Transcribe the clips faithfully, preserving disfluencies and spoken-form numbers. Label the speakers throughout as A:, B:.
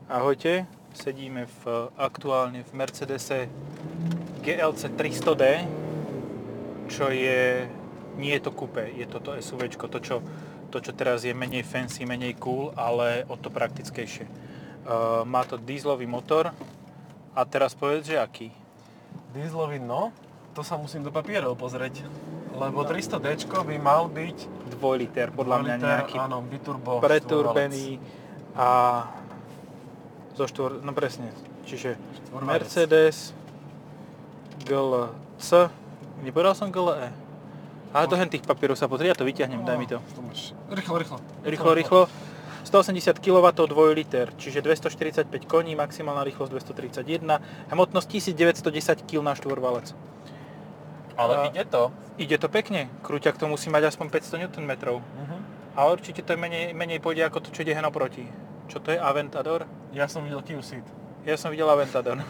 A: Ahojte, sedíme v, aktuálne v Mercedese G L C tristo D, čo je, nie je to coupé, je to to SUVčko, to čo, to čo teraz je menej fancy, menej cool, ale o to praktickejšie. Uh, má to dieselový motor a teraz povedz, že aký?
B: Dieselový, no, to sa musím do papierov pozrieť, lebo tristo D by mal byť
A: dvojliter, podľa mňa
B: liter,
A: nejaký
B: áno, biturbo
A: preturbený a zo štvor, no presne, čiže
B: štvorvalec.
A: Mercedes G L C, nepovedal som G L E. Ale to hen tých papierov sa pozrie, ja to vyťahnem, daj mi to.
B: To máš. Rýchlo, rýchlo.
A: Rýchlo, rýchlo. stoosemdesiat kilowattov dvojliter, čiže dvestoštyridsaťpäť koní, maximálna rýchlosť dvestotridsaťjeden, hmotnosť tisícdeväťstodesať kilogramov na štvorvalec.
B: Ale
A: A
B: ide to.
A: Ide to pekne, krúťak to musí mať aspoň päťsto newtonmetrov.
B: Uh-huh.
A: A určite to menej, menej pôjde ako to, čo ide hen oproti. Čo to je? Aventador?
B: Ja som videl Kia Ceed.
A: Ja som videl Aventador.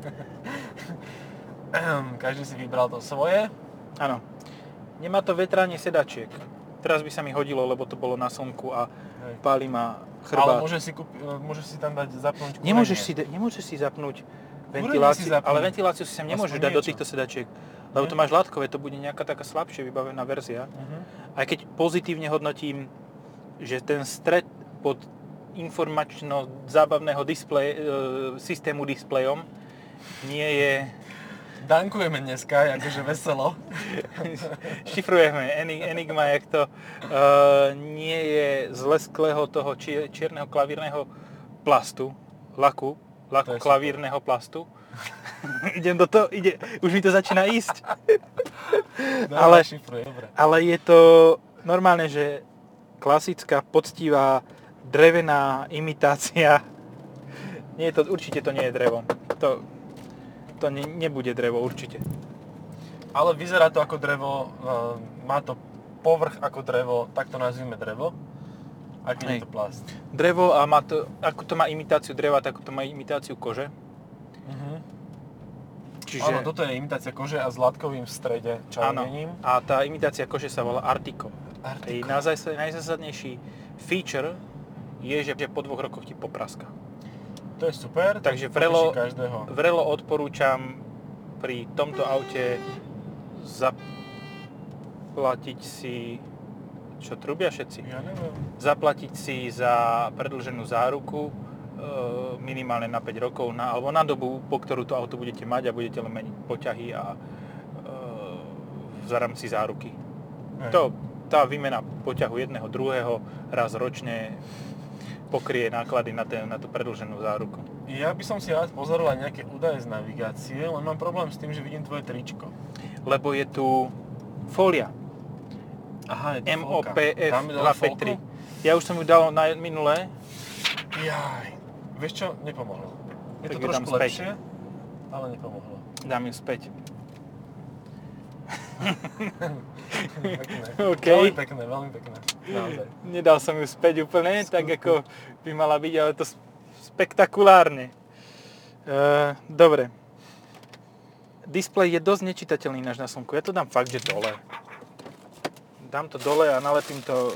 B: Každý si vybral to svoje.
A: Áno. Nemá to vetranie sedačiek. Teraz by sa mi hodilo, lebo to bolo na slnku a
B: Hej.
A: páli ma
B: Ale
A: chrbát.
B: môžeš si, kúp, môžeš si tam dať zapnúť kúrenie.
A: Nemôžeš si, nemôžeš si zapnúť
B: Kúrenie
A: ventiláciu,
B: si zapnúť.
A: ale ventiláciu si sem nemôžeš
B: Aspoň
A: dať do
B: niečo.
A: týchto sedačiek. Lebo to máš látkové, to bude nejaká taká slabšie vybavená verzia.
B: Uh-huh.
A: Aj keď pozitívne hodnotím, že ten stred pod informačno-zábavného displej, e, systému displejom nie je...
B: Dankujeme dneska, akože veselo.
A: Šifrujeme Enig- Enigma, jak to uh, nie je z lesklého toho čier- čierneho klavírneho plastu, laku, laku
B: To je
A: klavírneho plastu. Idem do toho, ide, už mi to začína ísť. ale,
B: Šifruj, dobre.
A: ale je to normálne, že klasická, poctivá, drevená imitácia. Nie je to, určite to nie je drevo. To, to ne, nebude drevo, určite.
B: Ale vyzerá to ako drevo, uh, má to povrch ako drevo, tak to nazvime drevo. Aj keď
A: Hej.
B: je to plast.
A: Drevo a má to, ako to má imitáciu dreva, tak to má imitáciu kože.
B: Uh-huh.
A: Čiže,
B: Áno, toto je imitácia kože a s látkovým v strede
A: áno.
B: červením.
A: A tá imitácia kože sa volá Artico. Jej
B: Artico.
A: najzas- najzásadnejší feature je, že po dvoch rokoch ti popraska.
B: To je super,
A: Takže
B: to
A: vrelo,
B: poteší každého.
A: vrelo odporúčam pri tomto aute zaplatiť si, čo trubia všetci?
B: Ja neviem.
A: Zaplatiť si za predĺženú záruku e, minimálne na päť rokov, na, alebo na dobu, po ktorú to auto budete mať a budete len meniť poťahy a e, v rámci záruky.
B: Hej.
A: To, tá výmena poťahu jedného, druhého raz ročne pokrie náklady na, ten, na tú predĺženú záruku.
B: Ja by som si rád pozrel aj nejaké údaje z navigácie, len mám problém s tým, že vidím tvoje tričko.
A: Lebo je tu fólia
B: Aha, je to
A: M O
B: folka.
A: P F
B: Tam mi dal
A: dva päť tri. Ja už som ju dal na minulé.
B: Jaj. Vieš čo? Nepomohlo. Je
A: Tak
B: to
A: ju dám
B: trošku
A: späť.
B: lepšie, ale nepomohlo.
A: Dám ju späť.
B: Pekné.
A: OK.
B: Veľmi pekné, veľmi pekné. Naozaj.
A: Nedal som ju späť úplne, tak ako by mala byť, ale to spektakulárne. Uh, dobre. Displej je dosť nečitateľný náš na slnku. Ja to dám fakt, že dole. Dám to dole a nalepím to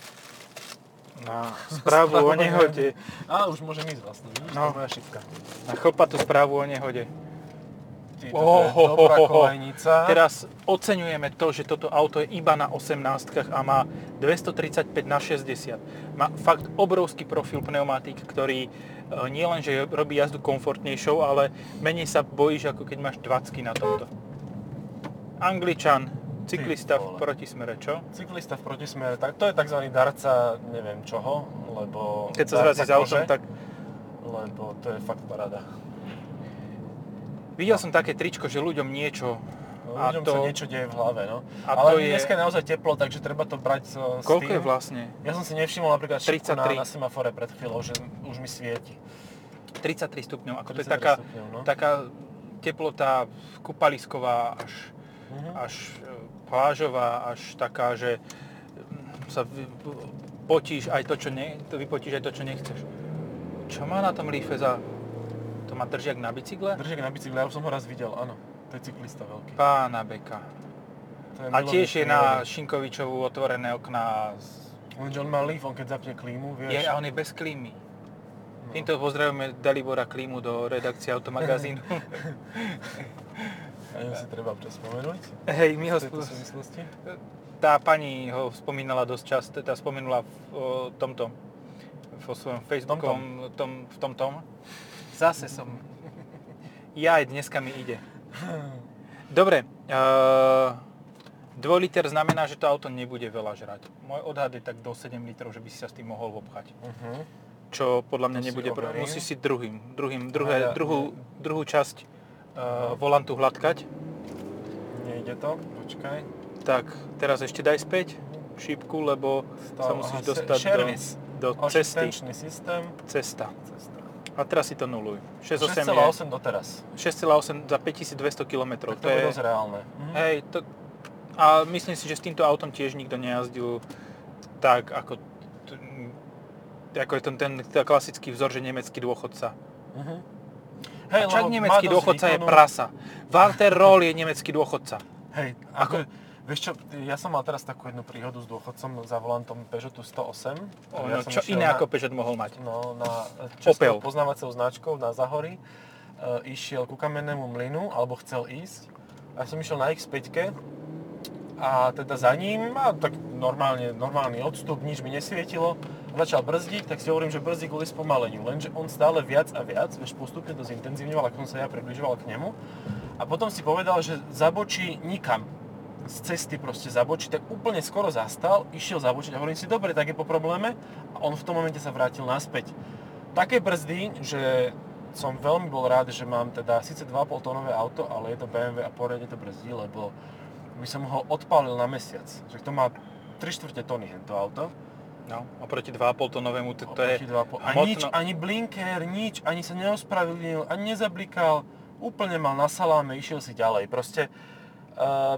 A: na správu o nehode.
B: Á, už môžem ísť vlastne, vidíš?
A: No.
B: To je moja šipka.
A: Na chlpatú správu o nehode.
B: Ty,
A: Oh,
B: toto je dobrá
A: ho, ho, ho.
B: kolajnica.
A: Teraz oceňujeme to, že toto auto je iba na osemnáctkach a má dvestotridsaťpäť na šesťdesiat. Má fakt obrovský profil pneumatík, ktorý e, nie len, že robí jazdu komfortnejšou, ale menej sa bojíš, ako keď máš dvacky na tomto. Angličan, cyklista v
B: vole.
A: protismere, čo?
B: Cyklista v protismere, tak to je tzv. Darca neviem čoho, lebo...
A: Keď sa zrazí
B: darca
A: s autom,
B: kože,
A: tak...
B: Lebo to je fakt paráda.
A: Videl som také tričko, že ľuďom niečo...
B: No,
A: A
B: ľuďom
A: to-
B: sa niečo deje v hlave, no.
A: A
B: Ale
A: to je-
B: dneska je naozaj teplo, takže treba to brať s, s
A: Koľko
B: tým.
A: je vlastne?
B: Ja som si nevšimol napríklad šipku na,
A: tridsaťtri.
B: na semafore pred chvíľou, že už mi svieti.
A: tridsaťtri stupňov. Ako to je
B: tridsaťtri
A: taká,
B: stupňov, no.
A: taká teplota kúpalisková až...
B: Mhm.
A: až e, plážová, až taká, že mm, sa vy- potíš aj to, čo ne, to vypotíš aj to, čo nechceš. Čo má na tom Leafe za... To má držiak na bicykle?
B: Držiak na bicykle, ja už som ho raz videl, áno. To je cyklista veľký.
A: Pána beka.
B: To je
A: A
B: milovník
A: tiež je na
B: prírody.
A: Šinkovičovú otvorené okná.
B: Lenže on má Leaf, on keď zapne klímu, vieš.
A: Je, a on je bez klímy. Týmto pozdravujeme Dalibora Klímu do redakcie Automagazínu.
B: Ani si treba občas spomenúť.
A: Hej, my ho...
B: V tejto súvislosti.
A: Tá pani ho spomínala dosť často, teda spomenula v o, tomto, vo svojom Facebookom, tom, v tomto. Zase som... Jaj, dneska mi ide. Dobre, uh, dva liter znamená, že to auto nebude veľa žrať. Môj odhad je tak do sedem litrov, že by si sa s tým mohol obchať.
B: Uh-huh.
A: Čo podľa mňa
B: To
A: nebude... Pr-
B: overím.
A: musí si druhým, druhým, druhé,
B: ja-
A: druhú, druhú časť uh, volantu hladkať.
B: Nejde to, počkaj.
A: Tak, teraz ešte daj späť šípku, lebo sa
B: Stav-
A: musíš
B: aha,
A: dostať do,
B: service.
A: do cesty.
B: Asistenčný systém.
A: Cesta.
B: Cesta.
A: A teraz si to nuluj. šesť
B: šesť
A: osem
B: celá
A: je
B: osem doteraz.
A: šesť celá osem za päťtisícdvesto kilometrov.
B: Tak to je dosť reálne. Mhm.
A: Hej, to, a myslím si, že s týmto autom tiež nikto nejazdil tak, ako, t- ako je ten, ten, ten klasický vzor, že nemecký dôchodca.
B: Mhm.
A: A
B: Hej,
A: čak
B: lebo
A: nemecký
B: má dosť
A: dôchodca je
B: výkonu.
A: prasa. Walter Roll je nemecký dôchodca.
B: Hej, ako, vieš čo, ja som mal teraz takú jednu príhodu s dôchodcom za volantom Peugeotu sto osem.
A: Ono,
B: ja som
A: čo
B: išiel
A: iné
B: na,
A: ako Peugeot mohol mať.
B: No, na českou
A: Opel.
B: poznávacou značkou na Zahory. E, išiel ku kamennému mlynu, alebo chcel ísť. A ja som išiel na iks päť a teda za ním, a tak normálne, normálny odstup, nič mi nesvietilo. Začal brzdiť, tak si hovorím, že brzdí kvôli spomaleniu, lenže on stále viac a viac, vieš, postupne to zintenzívňoval, ako som sa ja približoval k nemu. A potom si povedal, že zabočí nikam. Z cesty proste zabočí, tak úplne skoro zastal, išiel zabočiť a hovorím si, dobre, tak je po probléme. A on v tom momente sa vrátil naspäť. Také brzdy, že som veľmi bol rád, že mám teda síce dva a pol tónové auto, ale je to bé em vé a poriadne to brzdí, lebo by som ho odpálil na mesiac. Že to má tri štvrte tony hento auto.
A: No, oproti dva a pol tónovému, to, to je
B: Oproti dva a pol. A
A: hmotno-
B: nič, ani blinker, nič, ani sa neospravedlnil, ani nezablikal. Úplne mal na saláme, išiel si ďalej. Proste uh,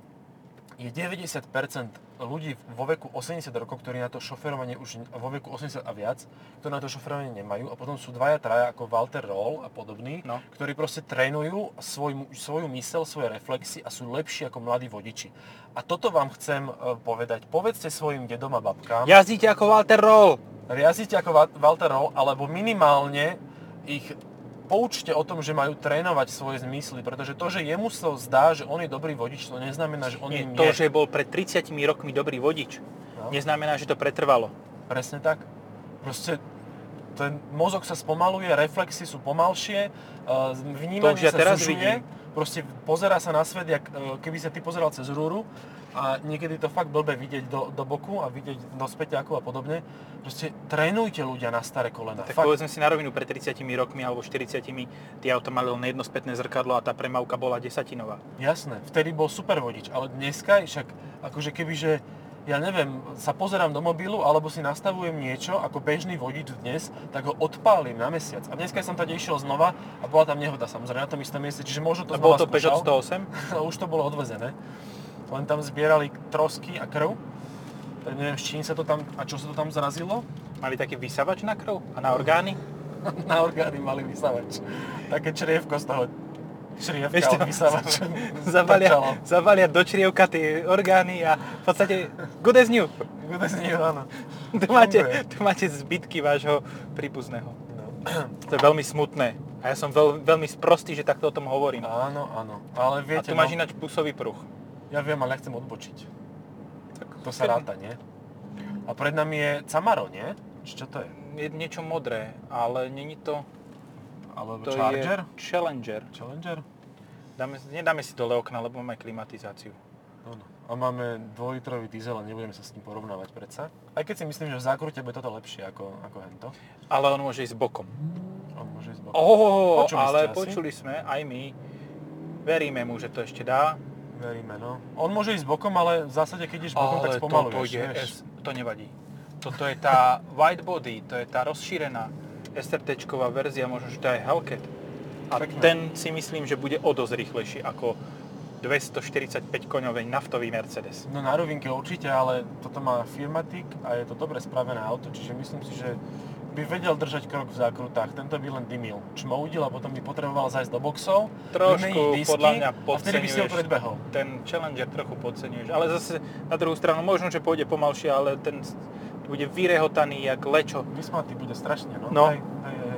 B: je deväťdesiat percent ľudí vo veku osemdesiat rokov, ktorí na to šoferovanie už vo veku osemdesiat a viac, ktorí na to šoferovanie nemajú. A potom sú dvaja, traja ako Walter Roll a podobní,
A: No.
B: ktorí proste trénujú svoj, svoju myseľ, svoje reflexy a sú lepší ako mladí vodiči. A toto vám chcem uh, povedať. Povedzte svojim dedom a babkám.
A: Jazdíte ako Walter Roll!
B: Jazdíte ako Va- Walter Roll, alebo minimálne ich poučte o tom, že majú trénovať svoje zmysly, pretože to, že jemu sa zdá, že on je dobrý vodič, to neznamená, že on
A: Nie,
B: im
A: to,
B: je.
A: že bol pred tridsiatimi rokmi dobrý vodič,
B: No.
A: neznamená, že to pretrvalo.
B: Presne tak. Proste ten mozog sa spomaluje, reflexy sú pomalšie, uh, vnímanie
A: To už ja
B: sa
A: teraz
B: zužuje,
A: vidím.
B: proste pozerá sa na svet, jak uh, keby sa ty pozeral cez rúru a niekedy to fakt blbe vidieť do, do boku a vidieť do späťáku a podobne. Proste trénujte ľudia na staré kolena.
A: Tak
B: Fakt.
A: povedzme si na rovinu, pred tridsiatimi rokmi alebo štyridsiatimi tie auto mali len jedno spätné zrkadlo a tá premávka bola desatinová.
B: Jasné, vtedy bol super vodič, ale dneska však akože kebyže, ja neviem, sa pozerám do mobilu alebo si nastavujem niečo ako bežný vodič dnes, tak ho odpálim na mesiac. A dneska som tady išiel znova a bola tam nehoda samozrejme na tom istom mieste, čiže možno to
A: A bolo
B: znova
A: to Peugeot
B: skúšal.
A: sto osem?
B: Už to bolo odvezené. Len tam zbierali trosky a krv. Tak neviem, s čím sa to tam, a čo sa to tam zrazilo.
A: Mali taký vysavač na krv a na orgány?
B: Na orgány mali vysavač. Také črievko z toho črievka
A: Vieš to,
B: od vysavač.
A: Zavalia,
B: Trčalo.
A: zavalia do črievka tie orgány a v podstate good as new.
B: Kde z nich, áno.
A: Tu máte,
B: Funguje.
A: tu máte zbytky vášho príbuzného.
B: No.
A: To je veľmi smutné. A ja som veľ, veľmi sprostý, že takto o tom hovorím.
B: Áno, áno. Ale
A: A
B: viete,
A: tu máš ináč pusový pruh.
B: ja viem, ale ja chcem odbočiť.
A: Tak
B: To sa ráta, nie? A pred nami je Camaro, nie? Čo to je?
A: Je niečo modré, ale není to...
B: Alebo
A: To
B: Charger?
A: je Challenger.
B: Challenger?
A: Dáme, nedáme si dole okna, lebo máme klimatizáciu.
B: Áno. A máme dvojlitrový diesel a nebudeme sa s ním porovnávať predsa. Aj keď si myslím, že v zákrute bude toto lepšie ako, ako hento.
A: Ale on môže ísť bokom.
B: On môže ísť bokom.
A: Oh,
B: Počuli
A: ale
B: ste asi?
A: počuli sme, aj my. Veríme mu, že to ešte dá.
B: Veríme, no. On môže ísť bokom, ale v zásade, keď ideš bokom, tak
A: Ale to
B: spomaluješ,
A: pôjde,
B: vieš.
A: S, to nevadí. Toto je tá white body, to je tá rozšírená es er té-čková verzia, možno, že to je Hellcat. A
B: Pekné.
A: ten si myslím, že bude o dosť rýchlejší ako dvestoštyridsaťpäť koňový naftový Mercedes.
B: No na rovinke určite, ale toto má Firmatic a je to dobre spravené auto, čiže myslím si, že by vedel držať krok v zákrutách. Tento by len dymil, čmoudil a potom by potreboval zajsť do boxov,
A: Trošku,
B: vymeniť disky
A: podľa mňa,
B: a vtedy by si ho
A: podceňuješ.
B: predbehol.
A: Ten Challenger trochu podceňuješ, ale zase na druhú stranu možno, že pôjde pomalšie, ale ten bude vyrehotaný jak lečo.
B: Vysmatý bude strašne, no.
A: No.
B: Hej, hej, hej.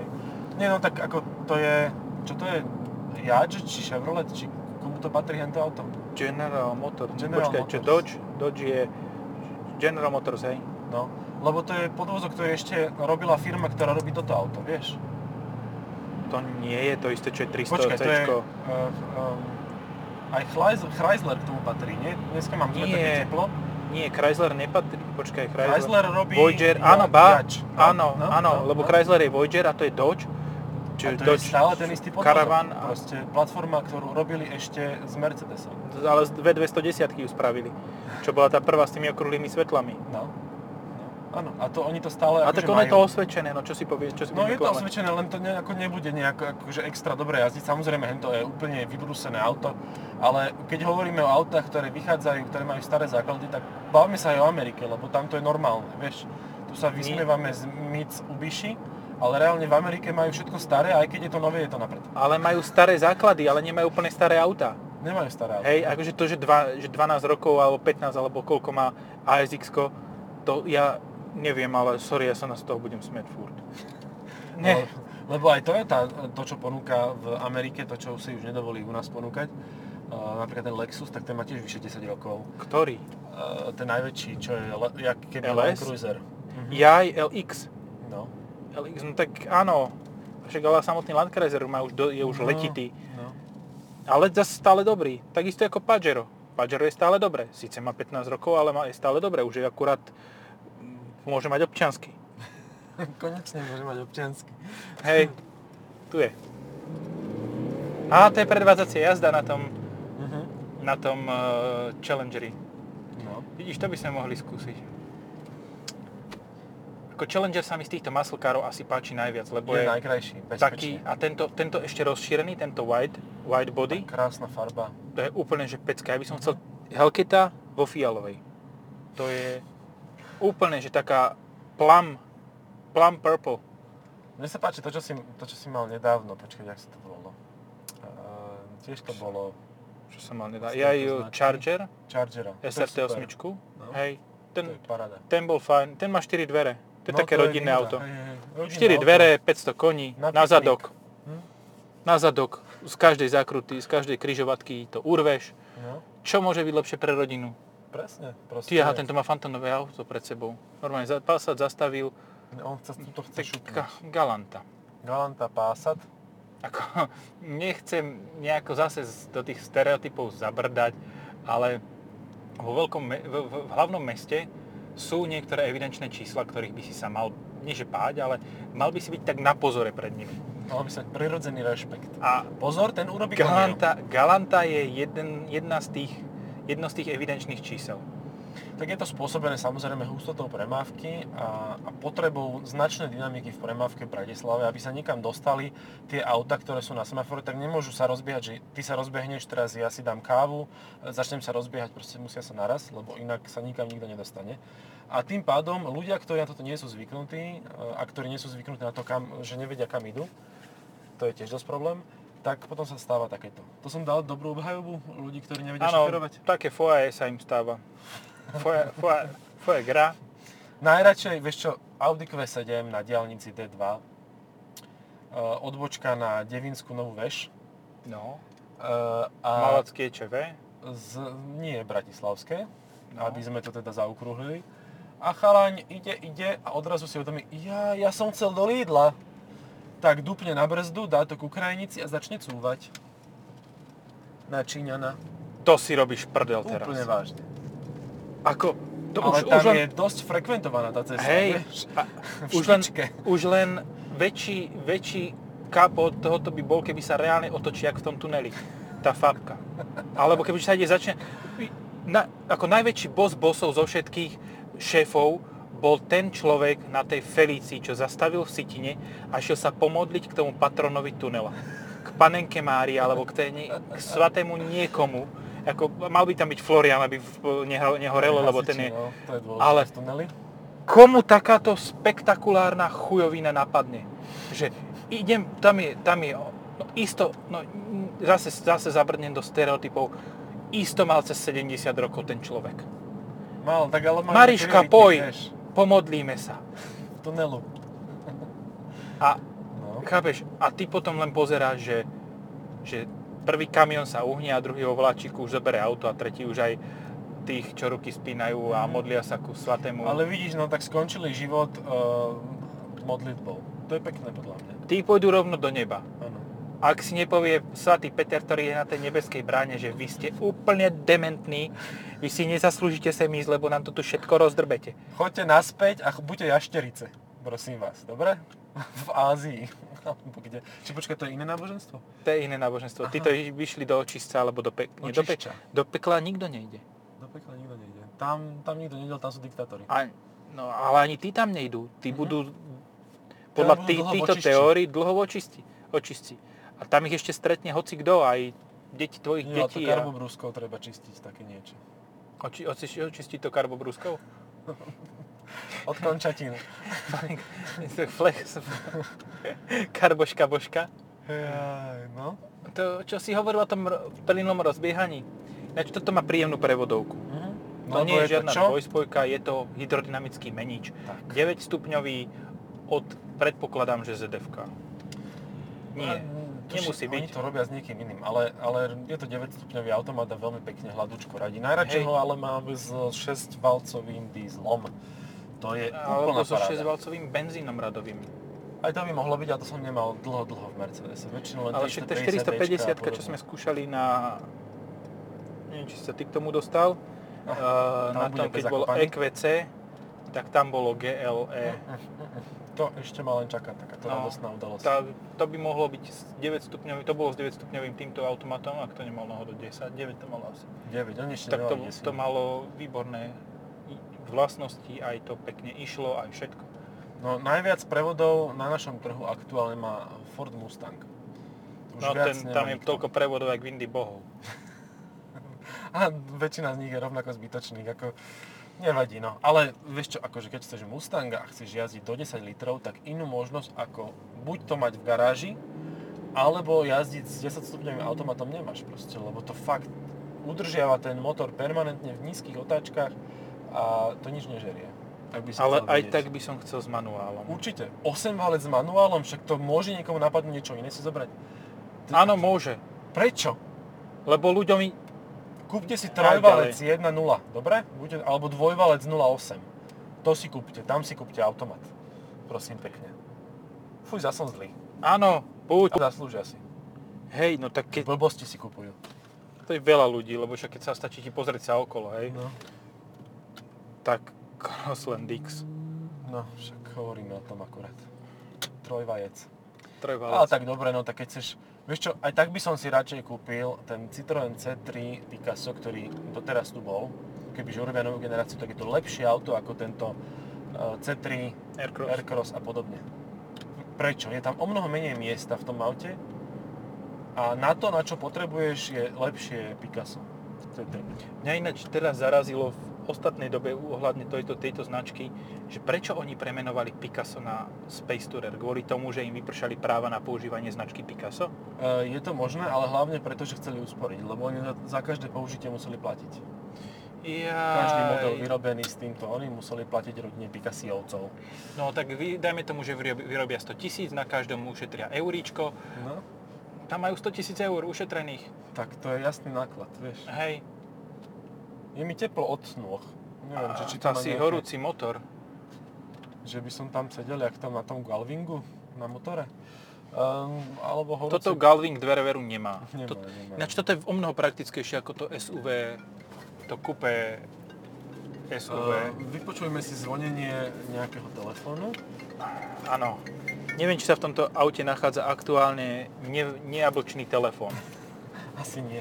B: Nie no, tak ako to je, čo to je, Yacht, či Chevrolet, či komu to patrí hento auto?
A: General Motors.
B: General
A: Počkaj, čo
B: Motors.
A: Dodge? Dodge je General Motors, hej?
B: No, lebo to je podvozok, ktorý ešte robila firma, ktorá robí toto auto, vieš?
A: To nie je to isté, čo je tristo
B: Počkaj, to je,
A: céčko.
B: uh, um, aj Chrysler, Chrysler k tomu patrí, nie? Dneska mám sme také
A: Nie.
B: teplo.
A: Nie, Chrysler nepatrí. Počkaj, Chrysler.
B: Chrysler robí...
A: Voyager,
B: no,
A: áno, ba,
B: Yacht. No,
A: áno,
B: no,
A: áno,
B: no,
A: lebo
B: no.
A: Chrysler je Voyager a to je Dodge.
B: A
A: Čiže
B: to
A: Dodge
B: je stále ten istý podvozok.
A: Caravan, a,
B: Proste platforma, ktorú robili ešte s Mercedesom.
A: ale z dve dvestodesať ju spravili. Čo bola tá prvá s tými okrúhlymi svetlami.
B: No. no. Áno, a to oni to stále
A: A
B: akože
A: tak ono je to
B: majú.
A: osvedčené, no čo si povieš, čo si
B: No je
A: budeme
B: to
A: klamať.
B: osvedčené, len to nejako nebude nejako akože extra dobre jazdiť. Samozrejme, hento je úplne vybrúsené auto, ale keď hovoríme o autách, ktoré vychádzajú, ktoré majú staré základy, tak bavíme sa aj o Amerike, lebo tam to je normálne, vieš. Tu sa vysmievame z Mitsubishi, ale reálne v Amerike majú všetko staré, aj keď je to nové, je to napred.
A: Ale majú staré základy, ale nemajú úplne staré autá.
B: Nemajú staré auto.
A: Hej, akože to, že, dva, že dvanásť rokov alebo pätnásť alebo koľko má á es iks-ko, to ja neviem, ale sorry, ja sa na z toho budem smiať furt. Nie.
B: No, lebo aj Toyota, to čo ponúka v Amerike, to čo si už nedovolí u nás ponúkať, uh, napríklad ten Lexus, tak ten má tiež vyše desať rokov.
A: Ktorý?
B: Uh, ten najväčší, čo je, le, jak keby
A: el
B: Land
A: es?
B: Cruiser.
A: Jaj, el iks.
B: No.
A: el iks, no tak áno. Však ale samotný Land Cruiser má už do, je už
B: No,
A: letitý.
B: No.
A: Ale zase stále dobrý. Takisto ako Pajero. Pajero je stále dobré. Síce má pätnásť rokov, ale má, je stále dobré. Už je akurát mm, môže mať občiansky.
B: Konečne môže mať občiansky.
A: Hej, tu je. A to je predvádzacia jazda na tom,
B: Uh-huh.
A: na tom uh, Challengeri.
B: No.
A: Vidíš, to by sme mohli skúsiť. Ako Challenger sa mi z týchto muscle carov asi páči najviac, lebo
B: Je
A: je,
B: najkrajší,
A: taký,
B: bezpečný.
A: a tento, tento ešte rozšírený, tento wide, wide body,
B: Krásna farba.
A: to je úplne že pecka. Ja by som chcel Hellcata vo fialovej. To je úplne, že taká plum, plum purple.
B: Mne sa páči to, čo si, to, čo si mal nedávno. Počkaj, jak sa to volalo. Uh, tiež to bolo
A: Čo sa mal nedá.
B: Z
A: Ja
B: tejto
A: ju
B: značky.
A: Charger,
B: Chargera.
A: es
B: To je
A: er té osem.
B: super. No.
A: Hej,
B: To
A: ten,
B: je paráda.
A: ten bol fajn. Ten má štyri dvere. To je
B: No,
A: také
B: to je
A: rodinné
B: výhoda.
A: auto.
B: Hej, hej, hej. Rodinné
A: štyri
B: auto.
A: dvere, päťsto koní,
B: Na
A: na
B: piknik.
A: zadok.
B: Hm?
A: Na zadok, z každej zákruty, z každej križovatky to urveš.
B: No,
A: Čo môže byť lepšie pre rodinu?
B: presne. Proste.
A: Ty, aha, tento má fantónové auto pred sebou. Normálne za- Passat zastavil,
B: On chce, to chce
A: tak
B: šupnúť.
A: ka- galanta.
B: Galanta Passat.
A: Ako, nechcem nejako zase z- do tých stereotypov zabrdať, ale vo veľkom, me- v, v, v hlavnom meste sú niektoré evidenčné čísla, ktorých by si sa mal, nie že báť, ale mal by si byť tak na pozore pred nimi.
B: Mal by sa mať prirodzený rešpekt.
A: A
B: Pozor, ten urobí komíru.
A: Galanta, Galanta je jeden, jedna z tých, jedno z tých evidenčných čísel.
B: Tak je to spôsobené samozrejme hustotou premávky a, a potrebou značnej dynamiky v premávke v Bratislave, aby sa niekam dostali tie auta, ktoré sú na semafore, tak nemôžu sa rozbiehať, že ty sa rozbehneš teraz, ja si dám kávu, začnem sa rozbiehať, proste musia sa naraz, lebo inak sa nikam nikto nedostane. A tým pádom ľudia, ktorí na toto nie sú zvyknutí a ktorí nie sú zvyknutí na to, kam, že nevedia kam idú, to je tiež dosť problém, tak potom sa stáva takéto. To som dal dobrú obhajobu ľudí, ktorí nevedia
A: Áno,
B: šoferovať.
A: také foaje sa im stáva. Foaje, foaje, foaje gra.
B: Najradšej, vieš čo, Audi kvé sedem na diaľnici dé dva, uh, odbočka na Devinskú Novú Veš
A: No.
B: uh, a
A: Malacké ČV.
B: z, nie bratislavské,
A: No.
B: aby sme to teda zaokrúhlili. A chalaň ide, ide a odrazu si uvedomí, ja, ja som chcel do Lidla. Tak dupne na brzdu, dá to ku krajnici a začne cúvať. Na Číňana.
A: To si robíš prdel teraz.
B: Úplne vážne.
A: Ako, to
B: Ale
A: už,
B: tam
A: už len,
B: je dosť frekventovaná tá cesta,
A: hej,
B: vieš?
A: a,
B: V
A: už len,
B: špičke.
A: už len väčší, väčší kapo tohoto by bol, keby sa reálne otočí, jak v tom tuneli. Tá fabka. Alebo keby sa ide začne... Na, ako najväčší boss bossov zo všetkých šéfov bol ten človek na tej Felícii, čo zastavil v Sitine a šiel sa pomodliť k tomu patronovi tunela. K panenke Márii, alebo k, tej, nie- k svatému niekomu. Ako, mal by tam byť Florian, aby v- neho- nehorelo, lebo ten je...
B: No, to je dôležité
A: ale-
B: v tuneli.
A: Komu takáto spektakulárna chujovina napadne? Že idem, tam je, tam je, no isto, no zase, zase zabrdnem do stereotypov, isto mal cez sedemdesiat rokov ten človek.
B: Mal, tak ale mal
A: Mariška,
B: priority,
A: poj,
B: vieš,
A: pomodlíme sa.
B: v tunelu.
A: A
B: No.
A: Chápeš? A ty potom len pozeráš, že, že prvý kamión sa uhnie a druhý vo vláčiku už zoberie auto a tretí už aj tých, čo ruky spínajú a modlia sa ku svatému.
B: Ale vidíš, no tak skončili život uh, modlitbou. To je pekné podľa mňa.
A: Tí pôjdu rovno do neba.
B: Áno.
A: Ak si nepovie svätý Peter, ktorý je na tej nebeskej bráne, že vy ste úplne dementní, vy si nezaslúžite sem ísť, lebo nám to tu všetko rozdrbete.
B: Choďte naspäť a buďte jašterice, prosím vás, dobre? V Ázii. Kde? Či počkaj, to je iné náboženstvo?
A: To je iné náboženstvo. Títo vyšli do očistca, alebo do, pe- nie, do, pe- do pekla nikto nejde.
B: Do pekla nikto nejde. Tam, tam nikto nejdel, tam sú diktátori.
A: A, no, ale ani tí tam nejdú. Tí
B: Mhm.
A: budú, podľa
B: budú
A: tý,
B: dlho v
A: týchto
B: očišti.
A: teórií, dlho v očisti. očistci. A tam ich ešte stretne hoci kto, aj deti tvojich
B: Nie,
A: detí.
B: to karbobrúskou treba čistiť, také niečo.
A: Oči, oči, očistiť to karbobrúskou?
B: Od končatín.
A: Flex. Karboška božka.
B: Jaj, no.
A: To, čo si hovoril o tom ro- plynom rozbiehaní. Ináč toto má príjemnú prevodovku.
B: Mhm.
A: To
B: Lebo
A: nie je
B: je to
A: žiadna
B: čo?
A: dvojspojka, je to hydrodynamický menič.
B: Tak.
A: deväť stupňový od, predpokladám, že zet ef ká. Nie,
B: A,
A: nemusí
B: tuši-
A: byť.
B: Oni to robia s niekým iným, ale, ale je to deväťstupňový automat a veľmi pekne hladúčko radí. Najradšej
A: Hej.
B: ho ale máme s šesťvalcovým dízlom. To je
A: Alebo
B: úplná
A: so
B: paráda.
A: šesťvalcovým benzínom radovým.
B: Aj to by mohlo byť, ale to som nemal dlho, dlho v Mercedese. Väčšinou len
A: Ale však to je štyristopäťdesiat, čo sme skúšali na... Neviem, či sa ty k tomu dostal.
B: No,
A: uh,
B: tam
A: na
B: bude
A: tom, keď
B: bez
A: bolo
B: Zakopane.
A: é kvé cé, tak tam bolo gé el é.
B: To ešte ma len čaká, takáto
A: No,
B: radostná udalosť.
A: Tá, to by mohlo byť s deväť stupňovým, to bolo s deväť stupňovým týmto automatom, ak to nemal náhodou desať, deväť to malo asi.
B: deväť, oni ešte
A: Tak to,
B: nemali desať.
A: to malo výborné vlastnosti, aj to pekne išlo, aj všetko.
B: No najviac prevodov na našom trhu aktuálne má Ford Mustang. Už
A: No
B: viac
A: ten,
B: nemá
A: tam je
B: nikto.
A: toľko prevodov, jak Windy bohov.
B: A väčšina z nich je rovnako zbytočných, ako nevadí, no. Ale vieš čo, akože keď chceš Mustanga a chceš jazdiť do desať litrov, tak inú možnosť ako buď to mať v garáži, alebo jazdiť s desaťstupňovým automatom nemáš proste, lebo to fakt udržiava ten motor permanentne v nízkych otáčkach a to nič nežerie. Ak by si
A: Ale
B: chcel
A: aj
B: vidieť.
A: tak by som chcel s manuálom.
B: Určite. osem válec s manuálom, však to môže niekomu napadnúť niečo iné si zobrať.
A: Áno, môže.
B: Prečo?
A: Lebo ľuďom...
B: Kúpte si
A: Aj
B: trojvalec jedna nula, dobre? Buďte, alebo dvojvalec nula osem. To si kúpte, tam si kúpte automat. Prosím pekne. Fuj, zas som zlý.
A: Áno, buď.
B: Zaslúžia si.
A: Hej, no tak keď...
B: Blbosti si kupujú.
A: To je veľa ľudí, lebo však keď sa stačí ti pozrieť sa okolo, hej,
B: No,
A: tak Crossland X.
B: no však hovoríme o tom akurát. Trojvajec.
A: Trojvalec.
B: Ale tak dobre, no tak keď chceš... Vieš čo, aj tak by som si radšej kúpil ten Citroën cé tri Picasso, ktorý doteraz tu bol. Kebyže urobia novú generáciu, tak je to lepšie auto ako tento uh, cé tri
A: Aircross.
B: Aircross a podobne. Prečo? Je tam o mnoho menej miesta v tom aute a na to, na čo potrebuješ, je lepšie Picasso cé tri.
A: Mňa ináč teraz zarazilo v ostatnej dobe ohľadne tejto, tejto značky, že prečo oni premenovali Picasso na Space Tourer? Kvôli tomu, že im vypršali práva na používanie značky Picasso?
B: Uh, je to možné, ale hlavne preto, že chceli usporiť, lebo oni za, za každé použitie museli platiť.
A: Jaj.
B: Každý model vyrobený s týmto, oni museli platiť rodine Picassiovcov.
A: No tak vy, dajme tomu, že vyrob- vyrobia sto tisíc, na každom ušetria euríčko.
B: No,
A: Tam majú sto tisíc eur ušetrených.
B: tak to je jasný náklad, vieš.
A: Hej.
B: Je mi teplo od snôch. Neviem, že či
A: to
B: to má
A: asi
B: nejaké-
A: horúci motor.
B: Že by som tam sedel, jak tam na tom Galvingu, na motore. Um, alebo horúci...
A: Toto Galving dvere veru nemá.
B: Nemá,
A: To,
B: nemá.
A: ináč toto je o mnoho praktickejšie ako to es ú vé, to kupé es ú vé.
B: Uh, vypočujme si zvonenie nejakého telefónu.
A: Áno. Neviem, či sa v tomto aute nachádza aktuálne ne, nejablčný telefón.
B: Asi nie.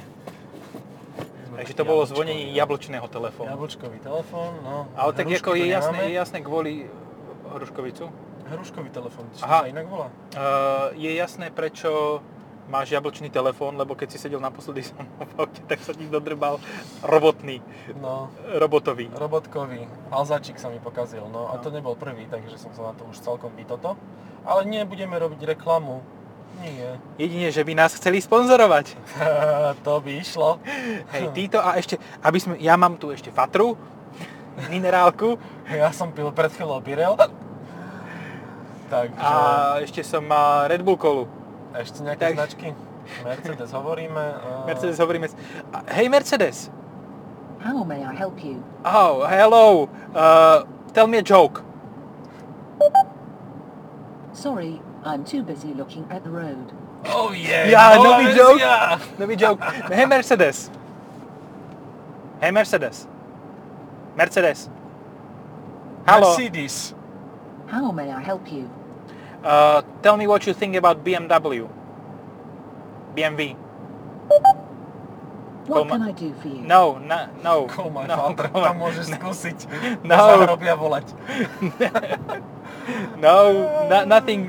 B: Sme
A: Takže
B: takí
A: to bolo
B: jablčkoví,
A: zvonenie
B: no.
A: jablčného telefónu.
B: Jablčkový telefón, no.
A: Ale tak
B: Hrušky
A: ako
B: tu
A: je jasné,
B: nemáme.
A: je jasné kvôli Hruškovicu.
B: Hruškový telefón, či
A: Aha.
B: sa inak volá?
A: Uh, je jasné, prečo máš jablčný telefón, lebo keď si sedel naposledy som v aute, tak sa ti dodrbal robotný,
B: No,
A: robotový.
B: robotkový. Alzačík sa mi pokazil, no a
A: No.
B: to nebol prvý, takže som sa na to už celkom vytoto. Ale nie, budeme robiť reklamu. Nie.
A: Jedine, že by nás chceli sponzorovať.
B: To by išlo.
A: Hej, títo a ešte, aby sme, ja mám tu ešte Fatru, minerálku.
B: Ja som pil pred chvíľou Birel. Takže...
A: A ešte som mal Red Bull kolu.
B: Ešte nejaké
A: Tak-
B: značky? Mercedes hovoríme. Uh...
A: Mercedes hovoríme... Hej Mercedes!
C: How may I help you?
A: Oh, hello! Uh, tell me a joke.
C: Sorry, I'm too busy looking at the road.
B: Oh yeah!
A: Ja,
B: nová
A: nový
B: verzia!
A: joke. Nový joke. Hej Mercedes! Hej Mercedes! Mercedes! Hello!
B: Mercedes.
C: How may I help you?
A: Uh, tell me what you think about B M W. B M W.
C: What
A: Call my-
C: can I do for you?
A: No, no, no.
B: Call my
A: no,
B: father,
A: call my-
B: tam môžeš skúsiť.
A: No.
B: Zahrobia volať.
A: No, no, nothing.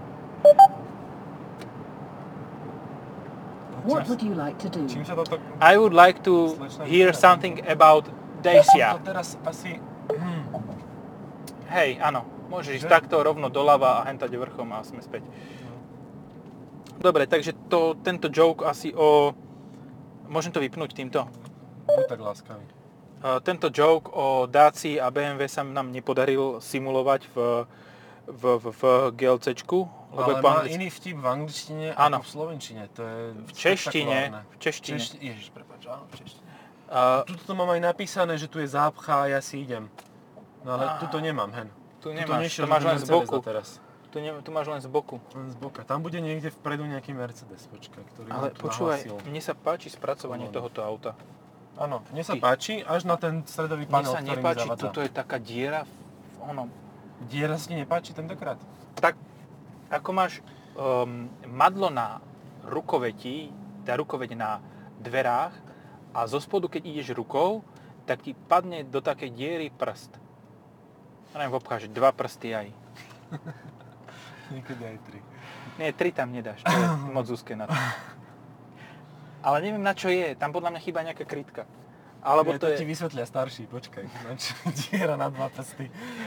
C: What would you like to do?
B: Čím sa toto...
A: I would like to
B: Slečna
A: hear
B: Viktoria.
A: something about
B: To
A: Dacia.
B: teraz asi... Hm.
A: Hej, áno. Môžeš ísť
B: Že?
A: takto rovno doľava a hentať vrchom a sme späť. Dobre, takže to, tento joke asi o... Môžem to vypnúť týmto?
B: Buď tak láskavý.
A: Uh, tento joke o Dacii a bé em vé sa nám nepodaril simulovať v, v, v, v GLCčku. Lebo
B: Ale
A: je po
B: má
A: anglicky.
B: iný vtip v angličtine
A: Áno.
B: ako v slovenčine. To je
A: V češtine,
B: spektakulárne.
A: v češtine.
B: Češti- Ježiš, prepáč, áno, v češtine.
A: Uh,
B: Tuto to mám aj napísané, že tu je zápcha a ja si idem. No ale
A: Á.
B: tuto nemám, hen.
A: tu
B: Tuto
A: nemáš,
B: nešiel
A: to máš
B: žiaden
A: len z
B: Mercedes
A: boku.
B: doteraz.
A: Tu, ne, tu máš len z boku.
B: Len z boka. Tam bude niekde vpredu nejaký Mercedes, počkaj, ktorý
A: Ale
B: nám tu
A: počúvaj,
B: nahlasil.
A: mne sa páči spracovanie
B: Kolónu.
A: tohoto auta.
B: Áno, mne sa
A: Ty.
B: páči, až na ten stredový
A: Mne
B: panel,
A: sa
B: ktorý mi
A: nepáči,
B: zavadza.
A: tuto je taká diera v onom.
B: Diera sa ti nepáči tentokrát?
A: Tak, ako máš um, madlo na rukoveti, tá rukoveď na dverách a zo spodu, keď ideš rukou, tak ti padne do takej diery prst. Ja neviem, obcháš dva prsty aj.
B: Niekedy aj tri.
A: Nie, tri tam nedáš, to je moc úzke na to. Ale neviem, na čo je, tam podľa mňa chýba nejaká krytka. Alebo
B: Nie,
A: to
B: to
A: je...
B: ti vysvetlia starší, počkaj. Znači, diera na dva prsty.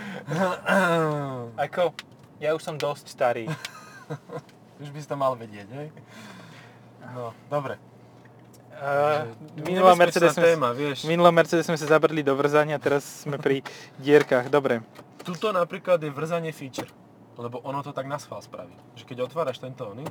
A: Ako, ja už som dosť starý.
B: Už by si to mal vedieť, hej? No, dobre.
A: Uh,
B: Že-
A: minulá
B: nebezpečná
A: Mercedes sme,
B: téma, vieš.
A: minulá Mercedes sme sa zabrdli do vrzania, teraz sme pri dierkach. Dobre.
B: Tuto napríklad je vrzanie feature, lebo ono to tak na schvál spraví. Že keď otváraš tento oný,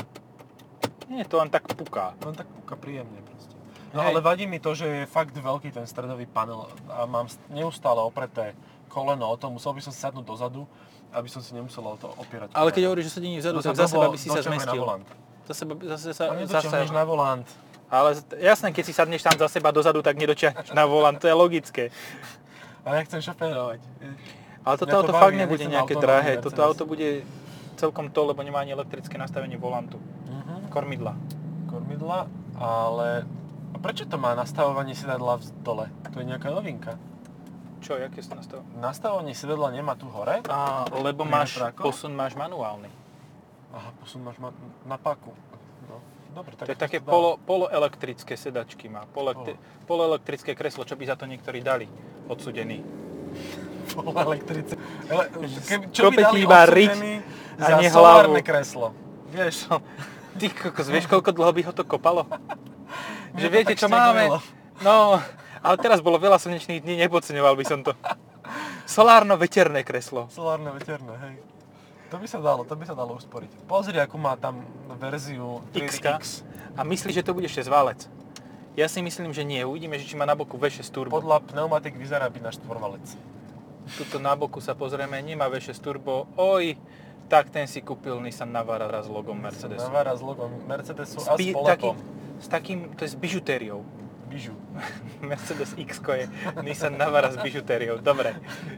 A: Nie, to len tak puká.
B: on tak kúka príjemne proste. No
A: Hej.
B: ale vadí mi to, že je fakt veľký ten stredový panel a mám st- neustále opreté koleno o tom, musel by som si sadnúť dozadu, aby som si nemusel o to opierať.
A: Ale keď
B: koleno.
A: hovoríš, že sedí vzadu,
B: No
A: tak
B: to
A: za seba
B: blbo
A: by si sa
B: doťahuje na
A: zmestil.
B: volant.
A: Za seba, zase sa,
B: A
A: zase,
B: nedoťahneš na volant.
A: ale jasné, keď si sadneš tam za seba dozadu, tak nedočiahneš na volant, to je logické.
B: Ale ja chcem šoférovať.
A: Ale toto
B: Mňa to
A: auto
B: baví,
A: fakt
B: ja
A: nebude
B: nechcem
A: nejaké
B: autonómny
A: drahé,
B: Mercedes.
A: toto auto bude celkom to, lebo nemá ani elektrické nastavenie volantu.
B: Mhm.
A: Kormidla.
B: Kormidla, ale... A prečo to má nastavovanie sedadla v dole? To je nejaká novinka.
A: Čo, jaké sú nastav?
B: Nastavovanie sedadla nemá tu hore?
A: Á, lebo
B: Pri
A: máš,
B: vetrákoch?
A: posun máš manuálny.
B: Aha, posun máš ma- na paku. No, dobre, tak
A: To je také
B: to dá.
A: polo, poloelektrické sedačky má. Poloelektri- poloelektrické kreslo, čo by za to niektorí dali odsudení.
B: Poloelektrice. Ele, keby, čo
A: Kope
B: by dali
A: ti iba riť
B: odsúdený
A: a
B: za
A: nie
B: solárne
A: hlavu.
B: kreslo? Vieš,
A: Ty kokos, vieš, koľko dlho by ho to kopalo?
B: Mne
A: Že
B: to
A: viete,
B: tak
A: čo máme?
B: štegovilo.
A: No, ale teraz bolo veľa slnečných dní, nepodceňoval by som to. Solárno-veterné kreslo.
B: Solárne veterné, hej. To by sa dalo, to by sa dalo usporiť. Pozri, akú má tam verziu tri
A: X.
B: X.
A: A myslíš, že to bude šesťvalec? Ja si myslím, že nie. Uvidíme, že či má na boku vé šesť turbo.
B: Podľa pneumatik vyzerá byť na štvorvalec.
A: Tuto na boku sa pozrieme, nemá vé šesť turbo. Oj, tak ten si kúpil Nissan Navara s logom Mercedesu.
B: Navara s logom Mercedesu
A: S,
B: a s
A: bi-
B: polepom.
A: taký, s takým, to je s bižutériou.
B: Bižu.
A: Mercedes X je Nissan Navara s bižutériou. Dobre.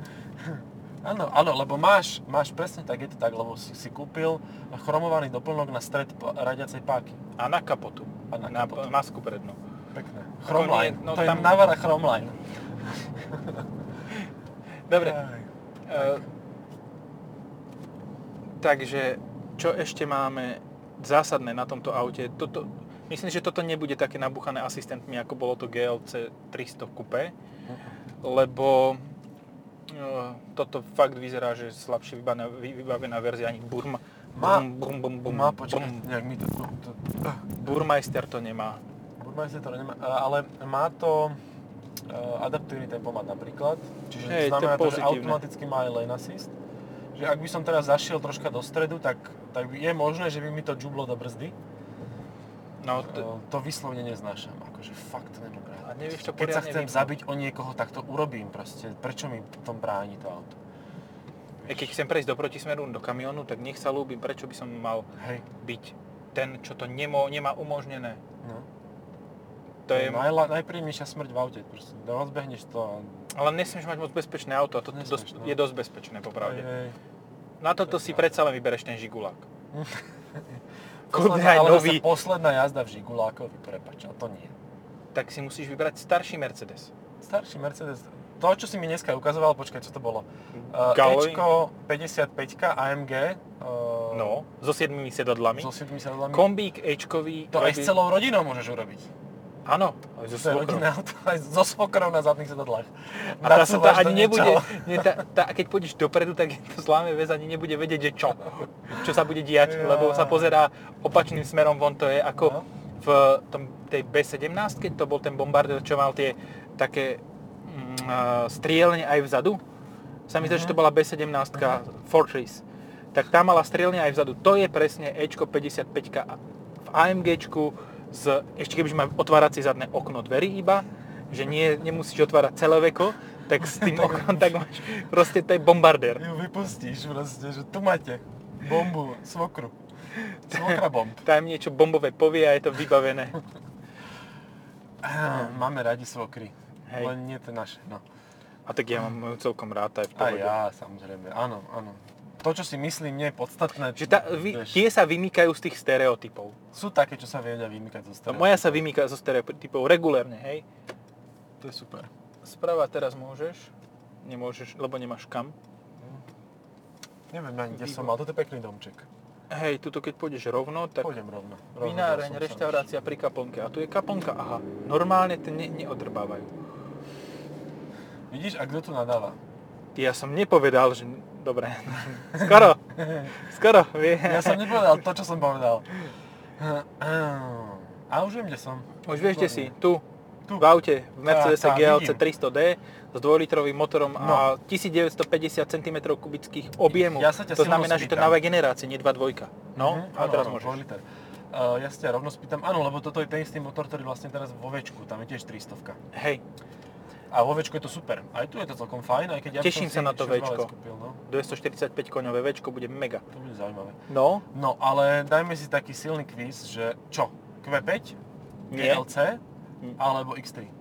B: Áno, áno, lebo máš, máš presne tak, je to tak, lebo si, si kúpil chromovaný doplnok na stred p- radiacej páky.
A: A na kapotu.
B: A na
A: na
B: kapotu.
A: p- masku prednú.
B: Pekné.
A: Ako
B: Chromline.
A: nie, no
B: to
A: tam-
B: je Navara Chromline.
A: Dobre.
B: Aj.
A: Uh, takže, čo ešte máme zásadné na tomto aute? Toto, myslím, že toto nebude také nabuchané asistentmi, ako bolo to G L C tristo Coupé, lebo uh, toto fakt vyzerá, že slabšie vybavená, vybavená verzia, ani Burm,
B: Má-
A: bum, bum, bum, bum,
B: Má, počkaj,
A: bum.
B: nejak mi to... to, to
A: Burmeister to nemá.
B: Burmeister to nemá, ale má to uh, adaptívny tempomat napríklad, čiže
A: Hej, to je
B: znamená to, že
A: pozitívne.
B: automaticky má aj lane assist, že ak by som teraz zašiel troška do stredu, tak, tak je možné, že by mi to džublo do brzdy.
A: No, t-
B: To, to vyslovne neznášam, akože fakt nemám rád.
A: A nevieš to
B: Keď sa
A: poriadne
B: chcem
A: vypnúť.
B: zabiť o niekoho, tak to urobím proste. Prečo mi v tom bráni to auto?
A: E, keď chcem prejsť do protismeru, do kamionu, tak nech sa ľúbim, prečo by som mal
B: Hej.
A: byť ten, čo to nemo, nemá umožnené.
B: No.
A: To je,
B: Najla, najpríjemnejšia smrť v aute, proste. Rozbehneš to a...
A: ale nesmieš mať moc bezpečné auto a to
B: Nesmieš,
A: dosť,
B: no.
A: je dosť bezpečné, popravde.
B: Hej, hej.
A: Na toto si predsa len vybereš ten žigulák.
B: Posledná,
A: Kľudne aj
B: ale
A: nový.
B: zase posledná jazda v Žigulákovi, prepáč, a to nie.
A: Tak si musíš vybrať starší Mercedes.
B: Starší Mercedes, to, čo si mi dneska ukazoval, počkaj, čo to bolo? Uh,
A: Galloway?
B: Ečko päťdesiatpäť á em gé. Uh,
A: No, so siedmimi sedadlami.
B: So siedmimi sedadlami.
A: Kombík Ečkový.
B: To aj s celou rodinou môžeš urobiť.
A: Áno, aj so
B: To je
A: svokrou.
B: rodinné auto, aj so svokrou na zadných sedadlách.
A: A tá sa tá
B: Nacúvaš
A: ani
B: to
A: nebude,
B: niečo.
A: nie, tá, tá, keď pôjdeš dopredu, tak to zláme väz ani nebude vedieť, že čo. Čo sa bude diať,
B: Ja.
A: lebo sa pozerá opačným smerom von. To je ako
B: No.
A: v tom, tej bé sedemnásť, keď to bol ten bombardér, čo mal tie také mm, strielne aj vzadu. Sa mi zdá,
B: Mhm.
A: že to bola bé sedemnásť Fortress. Tak tá mala strielne aj vzadu. To je presne Ečko päťdesiatpäť v AMGčku s, ešte kebyže má otváracie zadné okno dverí iba, že nie, nemusíš otvárať celé veko, tak s tým oknom tak máš, proste to je bombardér.
B: Ju vypustíš proste, že tu máte bombu, svokru. Svokra bomb.
A: Tam niečo bombové povie a je to vybavené.
B: Máme radi svokry,
A: Hej.
B: len nie tie naše, no.
A: A tak ja mám celkom rád aj v
B: A
A: pohode.
B: ja, samozrejme, áno, áno. To, čo si myslím, nie je podstatné.
A: Že tá, vy,
B: vieš,
A: tie sa vymýkajú z tých stereotypov.
B: sú také, čo sa vedia vymykať zo
A: No,
B: stereotypov.
A: moja sa vymýka zo stereotypov regulérne, hej.
B: To je super.
A: Sprava teraz môžeš, nemôžeš, lebo nemáš kam.
B: Neviem ani, kde som
A: Výbor.
B: mal, toto je pekný domček.
A: Hej, tuto keď pôjdeš rovno, tak
B: Pôjdem rovno. rovno
A: vináreň,
B: som sa
A: reštaurácia pri kaplnke. A tu je kaplnka, aha. Normálne to ne, neodrbávajú.
B: našiel. Vidíš, a kto tu nadáva?
A: Ja som nepovedal, že... Dobre. Skoro. Skoro, vie.
B: Ja som nepovedal to, čo som povedal. A už viem, kde som.
A: Už vieš, kde si. Tu.
B: Tu.
A: V aute. V Mercedese
B: Tá, tá,
A: gé el cé
B: vidím.
A: tristo dé s dvojlitrovým motorom
B: No.
A: a tisícdeväťstopäťdesiat centimetrov kubických objemu.
B: Ja sa ťa
A: to
B: silno
A: znamená, že to je
B: spýtam.
A: nová generácia, nie dva bodka dvojka. No,
B: Mhm,
A: a
B: áno,
A: teraz
B: áno,
A: môžeš.
B: dvoj liter. Uh, ja sa ťa rovno spýtam, áno, lebo toto je ten istý motor, ktorý vlastne teraz vo Včku, tam je tiež trystovka.
A: Hej,
B: A vo Včku je to super. Aj tu je to celkom fajn, aj keď ja by
A: Teším
B: som
A: sa
B: si
A: na to
B: šesťvalec
A: Včko.
B: kúpil, no.
A: dvestoštyridsaťpäť koňové Včko bude mega.
B: To bude zaujímavé.
A: No,
B: No, ale dajme si taký silný kvíz, že čo? kvé päť,
A: Nie.
B: gé el cé
A: Hm.
B: alebo iks tri?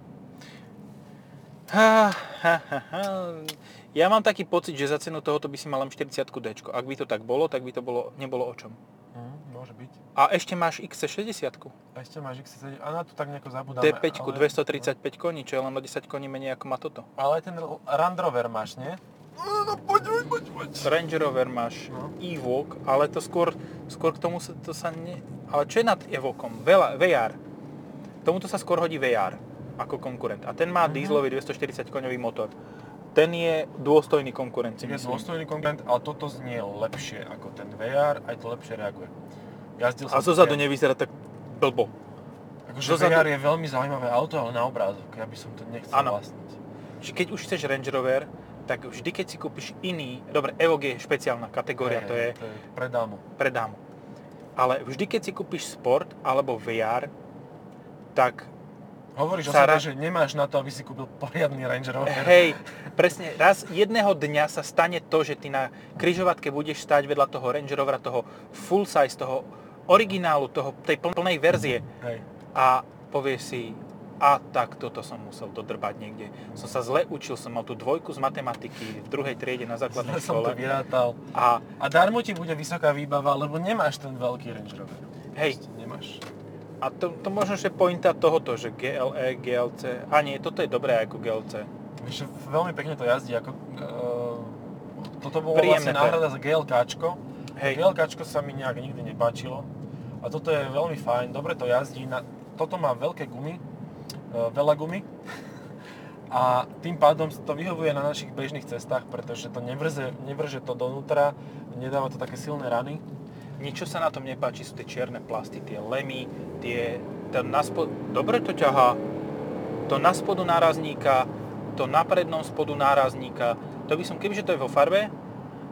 A: ha, ha, ha, ha. Ja mám taký pocit, že za cenu tohoto by si mal len štyridsiatku Dčko. Ak by to tak bolo, tak by to bolo, nebolo o čom.
B: Hm, môže byť.
A: A ešte máš iks šesťdesiat.
B: A ešte máš iks sedem, a na to tak nejako zabudáme.
A: dé päť
B: ale-
A: dvestotridsaťpäť koní, čo je len o desať koní menej ako má toto.
B: Ale aj ten Land Rover máš, nie? No, poď, poď, poď, poď.
A: Range Rover máš
B: No.
A: Evoque, ale to skôr, skôr k tomu sa, to sa ne... Ale čo je nad Evoquom? Vela- vé er. Tomuto sa skôr hodí vé er ako konkurent. A ten má
B: Mhm.
A: dieselový dvestoštyridsať koňový motor. Ten je dôstojný konkurent, si
B: Je
A: myslím.
B: dôstojný konkurent, ale toto znie lepšie ako ten vé er, aj to lepšie reaguje. Jazdil
A: A
B: som
A: zozadu
B: také-
A: nevyzerá tak blbo.
B: Akože
A: zozadu-
B: vé er je veľmi zaujímavé auto, ale na obrázok. Ja by som to nechcel
A: Áno.
B: vlastniť.
A: Čiže keď už chceš Range Rover, tak vždy keď si kúpiš iný, dobre, Evoque je špeciálna kategória, to je
B: to je pre dámu.
A: pre dámu. Ale vždy keď si kúpiš Sport alebo vé er, tak
B: Hovoríš o
A: Sara-
B: sebe, že nemáš na to, aby si kúpil poriadny Range Rover.
A: hej, presne, raz jedného dňa sa stane to, že ty na križovatke budeš stáť vedľa toho Range Rovera, toho full size, toho originálu, toho, tej pl- plnej verzie
B: Hej.
A: a povieš si, a tak toto som musel dodrbať niekde. Som sa zle učil, som mal tú dvojku z matematiky v druhej triede na základnej
B: Zle som to
A: škole.
B: vyrátal.
A: A
B: A darmo ti bude vysoká výbava, lebo nemáš ten veľký Range Rover.
A: hej,
B: Proste nemáš.
A: a to, to možno, že pointa tohoto, že gé el é, gé el cé, a nie, toto je dobré ako gé el cé.
B: Vieš, že veľmi pekne to jazdí, ako... Uh, toto bolo
A: Príjemné
B: vlastne
A: to je.
B: náhrada za GLKčko.
A: Hej.
B: GLKčko sa mi nejak nikdy nepáčilo. A toto je veľmi fajn, dobre to jazdí. Na, toto má veľké gumy, uh, veľa gumy. A tým pádom to vyhovuje na našich bežných cestách, pretože to nevrze, nevrže to donútra, nedáva to také silné rany.
A: Niečo sa na tom nepáči, sú tie čierne plasty, tie lemy, tie... Ten naspod... Dobre to ťahá. To na spodu nárazníka, to na prednom spodu nárazníka. To by som, kebyže to je vo farbe a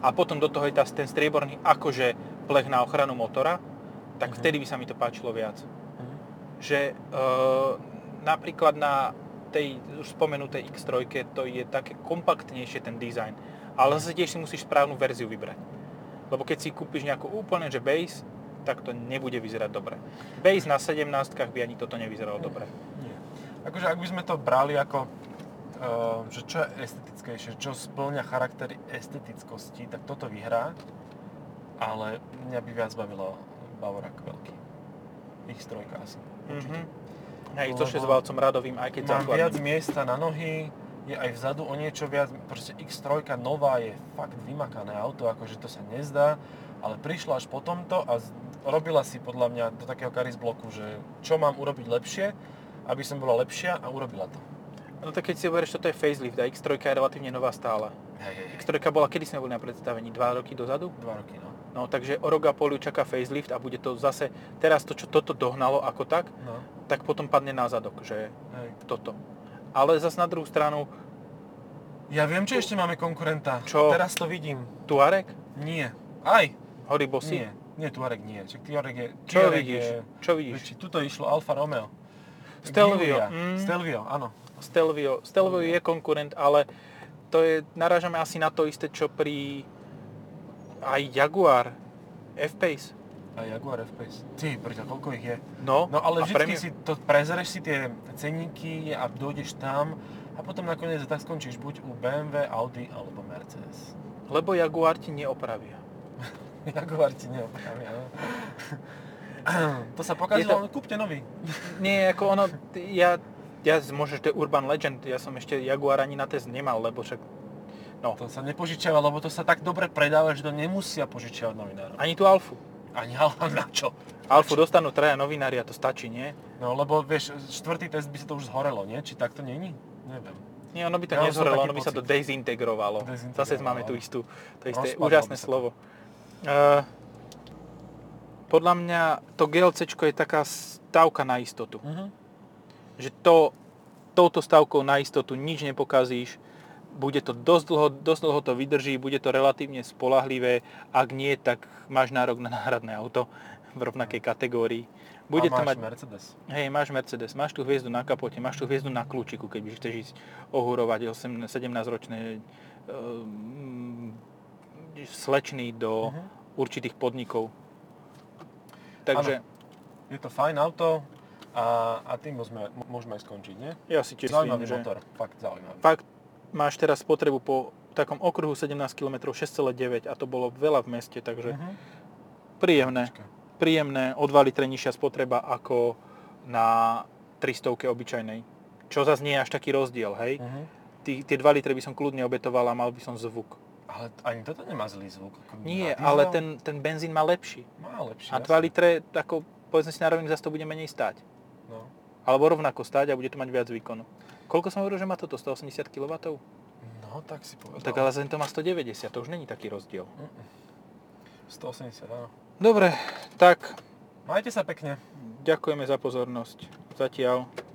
A: a potom do toho je tá, ten strieborný akože plech na ochranu motora, tak
B: Mhm.
A: vtedy by sa mi to páčilo viac.
B: Mhm.
A: Že e, napríklad na tej už spomenutej iks tri to je také kompaktnejšie ten dizajn, ale zase tiež si musíš správnu verziu vybrať. Lebo keď si kúpiš nejakú úplne, že base, tak to nebude vyzerať dobre. Base na sedemnáctkach by ani toto nevyzeralo dobre.
B: Nie. Akože ak by sme to brali ako, uh, že čo je estetickejšie, čo spĺňa charaktery estetickosti, tak toto vyhrá, ale mňa by viac bavilo Bavorak veľký. iks tri asi.
A: Mhm. Hej,
B: Lebo
A: so šesťvalcom radovým, aj keď
B: Mám
A: základným.
B: viac miesta na nohy, je aj vzadu o niečo viac, proste iks tri nová je fakt vymakané auto, akože to sa nezdá, ale prišla až po tomto a z- robila si podľa mňa do takého charis bloku, že čo mám urobiť lepšie, aby som bola lepšia a urobila to.
A: No tak keď si hovoríš, toto je facelift a iks tri je relatívne nová stále.
B: Hej, hej, hej.
A: iks tri bola, kedy sme boli na predstavení? Dva roky dozadu?
B: Dva roky, no.
A: No takže o rok a pol ju čaká facelift a bude to zase, teraz to, čo toto dohnalo ako tak,
B: No,
A: tak potom padne na zadok, že
B: hej.
A: toto. Ale zase na druhú stranu,
B: Ja viem, čo ešte máme konkurenta.
A: Čo?
B: Teraz to vidím.
A: Tuareg,
B: Nie. Aj.
A: Horibossy.
B: Nie. Nie, Tuareg nie. Čiže Tuareg je...
A: Čo
B: Tuareg
A: vidíš?
B: Je,
A: Čo vidíš?
B: väčší. Tuto išlo Alfa Romeo.
A: Stelvio,
B: Giulia.
A: mm.
B: Stelvio, áno.
A: Stelvio. Stelvio je konkurent, ale to je, narážame asi na to isté, čo pri aj Jaguar F-Pace.
B: A Jaguar F-Pace. Ty, prečo, koľko ich je?
A: No,
B: No ale
A: a
B: vždycky
A: premium-
B: si to prezereš si tie ceníky a dojdeš tam a potom nakoniec tak skončíš buď u bé em vé, Audi alebo Mercedes.
A: Lebo Jaguar ti neopravia.
B: Jaguar ti neopravia, no. To sa pokazilo,
A: Je to-
B: to... kúpte nový.
A: Nie, ako ono, t- ja, ja môžeš, to je Urban Legend, ja som ešte Jaguar ani na test nemal, lebo však, no,
B: To sa nepožičiava, lebo to sa tak dobre predáva, že to nemusia požičiavať novinárom.
A: ani tú Alfu.
B: Ani ale na čo?
A: Alfu dostanú traja novinári a to stačí, nie?
B: No lebo vieš, štvrtý test by sa to už zhorelo, nie? Či tak to není? Neviem.
A: Nie, ono by to
B: Ja mám
A: nezhorelo,
B: taký
A: ono by sa to
B: pocit.
A: dezintegrovalo.
B: Dezintegrovalo,
A: Zase máme
B: áno.
A: tú istú, to isté
B: Rozpadlo
A: úžasné
B: by sa to.
A: slovo. Uh, podľa mňa to GLCčko je taká stavka na istotu.
B: Mhm.
A: Že to, touto stavkou na istotu nič nepokazíš, bude to dosť dlho, dosť dlho to vydrží, bude to relatívne spolahlivé, ak nie, tak máš nárok na náhradné auto v rovnakej kategórii. Bude
B: a
A: to
B: máš
A: mať,
B: Mercedes.
A: hej, máš Mercedes, máš tú hviezdu na kapote, máš tú hviezdu na kľúčiku, keď chceš ísť ohúrovať sedemnásťročné um, slečny do
B: Mhm.
A: určitých podnikov. Takže
B: Je to fajn auto a, a tým môžeme, môžeme aj skončiť, nie?
A: ja si tiež
B: Zaujímavý
A: myslím, že
B: motor, fakt zaujímavý.
A: fakt máš teraz spotrebu po takom okruhu sedemnásť kilometrov šesť celá deväť a to bolo veľa v meste, takže
B: Mhm.
A: príjemné.
B: Počkaj.
A: Príjemné, o dva litre nižšia spotreba ako na tristove obyčajnej. Čo zase nie je až taký rozdiel, hej?
B: Mhm.
A: Tí, tie dva litre by som kľudne obetoval a mal by som zvuk.
B: Ale ani toto nemá zlý zvuk. Ako
A: Nie,
B: na diesel
A: ale ten, ten benzín má lepší.
B: Má lepšie.
A: A dva litre, ako povedzme si na rovinu, zase to bude menej stáť.
B: No.
A: Alebo rovnako stáť a bude to mať viac výkonu. Koľko som hovoril, že má toto? stoosemdesiat kilowattov?
B: no, tak si povedal.
A: Tak ale zase to má stodeväťdesiat, to už není taký rozdiel.
B: stoosemdesiat, áno.
A: Dobre, tak
B: Majte sa pekne.
A: ďakujeme za pozornosť. Zatiaľ.